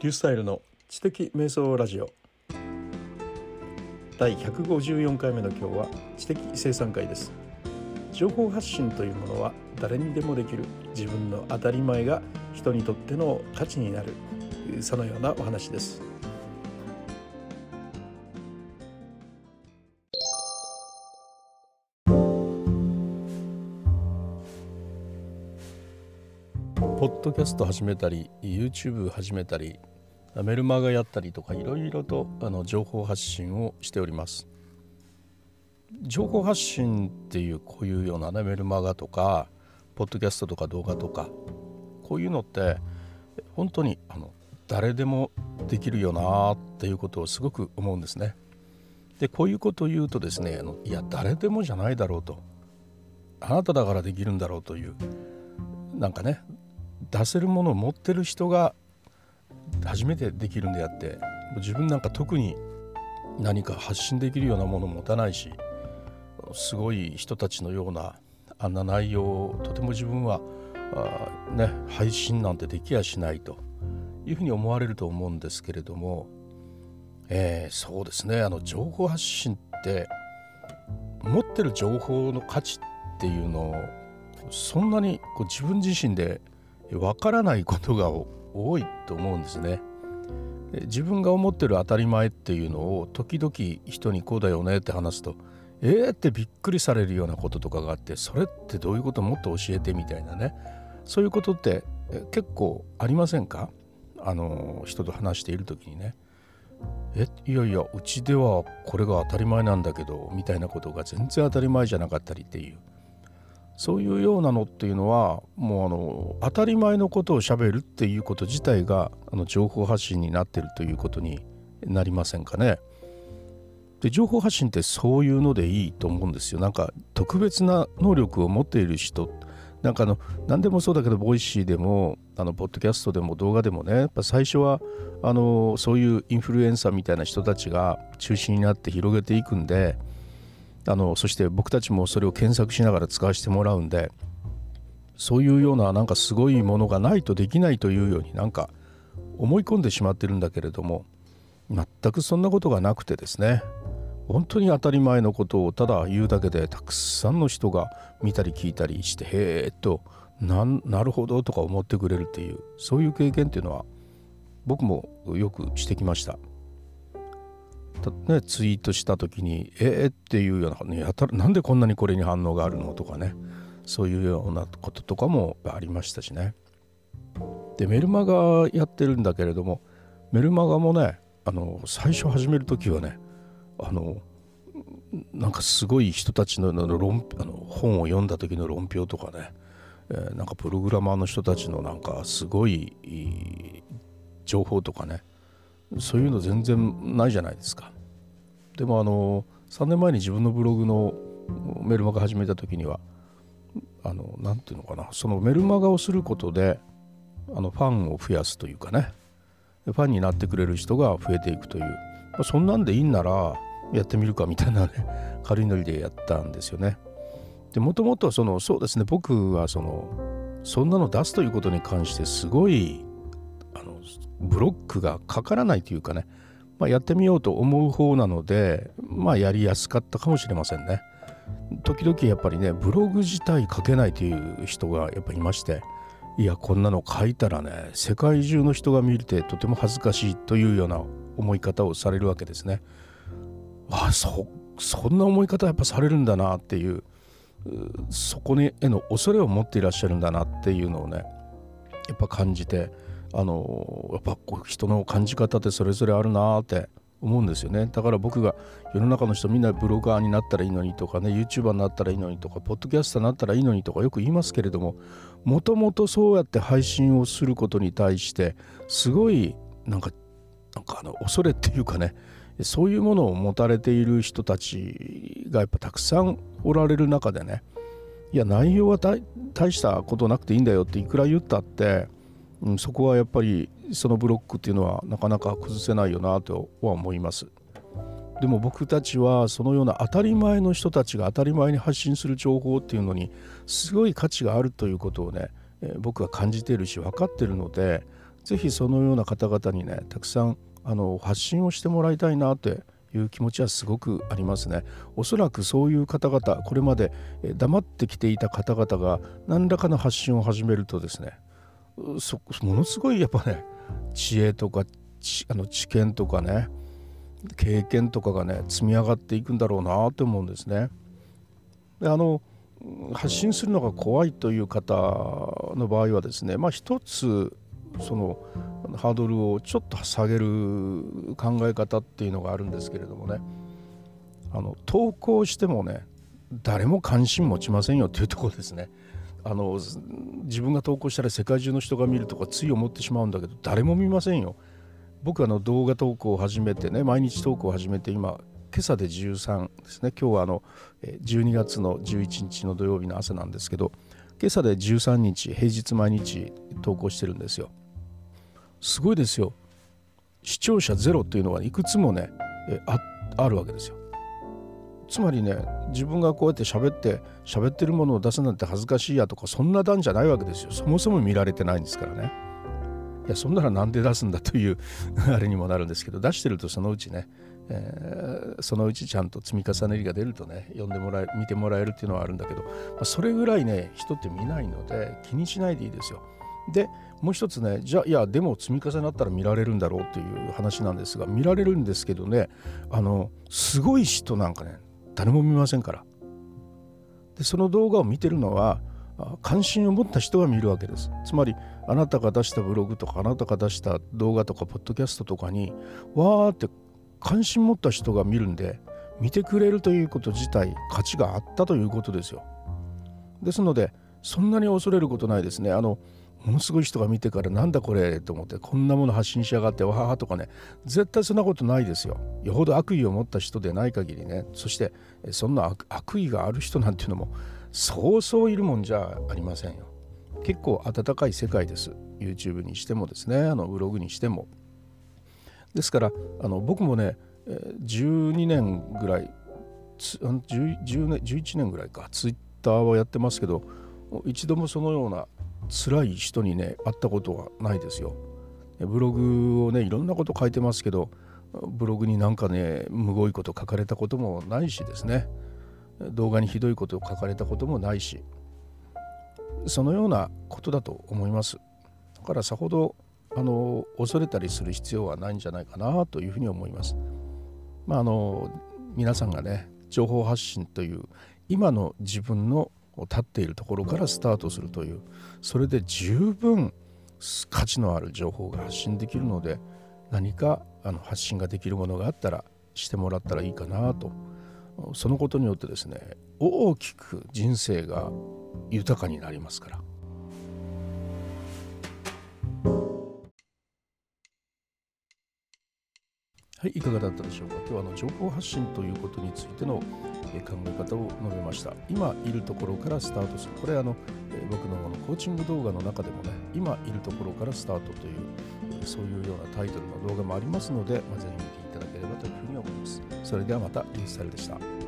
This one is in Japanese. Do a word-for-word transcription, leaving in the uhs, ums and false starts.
リュースタイルの知的瞑想ラジオだいひゃくごじゅうよんかいめの今日は知的生産会です。情報発信というものは誰にでもできる自分の当たり前が人にとっての価値になる、そのようなお話です。ポッドキャスト始めたり YouTube 始めたりメルマガやったりとかいろいろとあの情報発信をしております。情報発信っていうこういうようなねメルマガとかポッドキャストとか動画とかこういうのって本当にあの誰でもできるよなっていうことをすごく思うんですね。でこういうことを言うとですねあのいや誰でもじゃないだろうと、あなただからできるんだろうというなんかね出せるものを持ってる人が初めてできるんであって、自分なんか特に何か発信できるようなものを持たないし、すごい人たちのようなあんな内容をとても自分はあ、ね、配信なんてできやしないというふうに思われると思うんですけれども、えー、そうですねあの情報発信って持ってる情報の価値っていうのをそんなにこう自分自身でわからないことが多いと思うんですね。自分が思ってる当たり前っていうのを時々人にこうだよねって話すとえーってびっくりされるようなこととかがあって、それってどういうこともっと教えてみたいなね、そういうことって結構ありませんか？あの人と話している時にね、えいやいやうちではこれが当たり前なんだけどみたいなことが全然当たり前じゃなかったりっていう、そういうようなのっていうのはもうあの当たり前のことをしゃべるっていうこと自体があの情報発信になってるということになりませんかね。で情報発信ってそういうのでいいと思うんですよ。なんか特別な能力を持っている人、なんかあの何でもそうだけどボイシーでもあのポッドキャストでも動画でもね、やっぱ最初はあのそういうインフルエンサーみたいな人たちが中心になって広げていくんで、あのそして僕たちもそれを検索しながら使わせてもらうんで、そういうようななんかすごいものがないとできないというようになんか思い込んでしまってるんだけれども、全くそんなことがなくてですね、本当に当たり前のことをただ言うだけでたくさんの人が見たり聞いたりして、へーっと な, なるほどとか思ってくれるっていう、そういう経験っていうのは僕もよくしてきました。ね、ツイートした時にえーっていうような、ね、やたらなんでこんなにこれに反応があるのとかね、そういうようなこととかもありましたしね。でメルマガやってるんだけれども、メルマガもねあの最初始める時はねあのなんかすごい人たちの論あの本を読んだ時の論評とかね、えー、なんかプログラマーの人たちのなんかすごい情報とかね、そういうの全然ないじゃないですか。でもあのさんねんまえに自分のブログのメルマガ始めた時にはあのなんていうのかな、そのメルマガをすることであのファンを増やすというかね、ファンになってくれる人が増えていくという、まあ、そんなんでいいんならやってみるかみたいなね軽いノリでやったんですよね。でもともとそのそうですね、僕はそのそんなの出すということに関してすごいあのブロックがかからないというかね、まあ、やってみようと思う方なので、まあやりやすかったかもしれませんね。時々やっぱりねブログ自体書けないという人がやっぱりいまして、いやこんなの書いたらね世界中の人が見てとても恥ずかしいというような思い方をされるわけですね。ああ そ, そんな思い方やっぱされるんだなっていう、そこへの恐れを持っていらっしゃるんだなっていうのをねやっぱ感じて、あのやっぱこう人の感じ方ってそれぞれあるなって思うんですよね。だから僕が世の中の人みんなブロガーになったらいいのにとかね、 YouTuber になったらいいのにとか、ポッドキャスターになったらいいのにとかよく言いますけれども、もともとそうやって配信をすることに対してすごいなんかなんかあの恐れっていうかね、そういうものを持たれている人たちがやっぱたくさんおられる中でね、いや内容は大したことなくていいんだよっていくら言ったって、うん、そこはやっぱりそのブロックっていうのはなかなか崩せないよなとは思います。でも僕たちはそのような当たり前の人たちが当たり前に発信する情報っていうのにすごい価値があるということをね、えー、僕は感じているし分かっているので、 ぜひそのような方々にねたくさんあの発信をしてもらいたいなっていう気持ちはすごくありますね。おそらくそういう方々、これまで黙ってきていた方々が何らかの発信を始めるとですね、そものすごいやっぱね知恵とかあの知見とかね経験とかがね積み上がっていくんだろうなと思うんですね。であの発信するのが怖いという方の場合はですね、まあ一つそのハードルをちょっと下げる考え方っていうのがあるんですけれどもね、あの投稿してもね誰も関心持ちませんよっていうところですね。あの自分が投稿したら世界中の人が見るとかつい思ってしまうんだけど、誰も見ませんよ。僕はあの動画投稿を始めてね、毎日投稿を始めて今今朝でじゅうさんですね。今日はあのじゅうにがつのじゅういちにちの土曜日の朝なんですけど、今朝でじゅうさんにち平日毎日投稿してるんですよ。すごいですよ。視聴者ゼロっていうのはいくつもね あ, あるわけですよ。つまりね、自分がこうやって喋って喋ってるものを出すなんて恥ずかしいやとかそんな段じゃないわけですよ。そもそも見られてないんですからね。いやそんならなんで出すんだというあれにもなるんですけど、出してるとそのうちね、えー、そのうちちゃんと積み重ねりが出るとね、読んでもらえ見てもらえるっていうのはあるんだけど、まあ、それぐらいね人って見ないので気にしないでいいですよ。でもう一つね、じゃあいやでも積み重なったら見られるんだろうという話なんですが、見られるんですけどね、あのすごい人なんかね誰も見ませんから。でその動画を見てるのは関心を持った人が見るわけです。つまりあなたが出したブログとかあなたが出した動画とかポッドキャストとかにわーって関心持った人が見るんで、見てくれるということ自体価値があったということですよ。ですのでそんなに恐れることないですね。あのものすごい人が見てからなんだこれと思ってこんなもの発信しやがってわーとかね、絶対そんなことないですよ。よほど悪意を持った人でない限りね。そしてそんな 悪, 悪意がある人なんていうのもそうそういるもんじゃありませんよ。結構温かい世界です。 YouTube にしてもですね、あのブログにしても。ですからあの僕もねじゅうにねんぐらいじゅうねんじゅういちねんぐらいか Twitter をやってますけど、一度もそのような辛い人にね会ったことはないですよ。ブログをねいろんなこと書いてますけど、ブログになんかねむごいこと書かれたこともないしですね、動画にひどいことを書かれたこともないし、そのようなことだと思います。だからさほどあの恐れたりする必要はないんじゃないかなというふうに思います。まああの皆さんがね情報発信という今の自分の立っているところからスタートするという、それで十分価値のある情報が発信できるので、何かあの発信ができるものがあったらしてもらったらいいかなと。そのことによってですね、大きく人生が豊かになりますから。はい、いかがだったでしょうか。今日はあの情報発信ということについての考え方を述べました。今いるところからスタートする。これはあの僕のコーチング動画の中でもね、今いるところからスタートというそういうようなタイトルの動画もありますので、まあ、ぜひ見ていただければというふうに思います。それではまた、リュースタイルでした。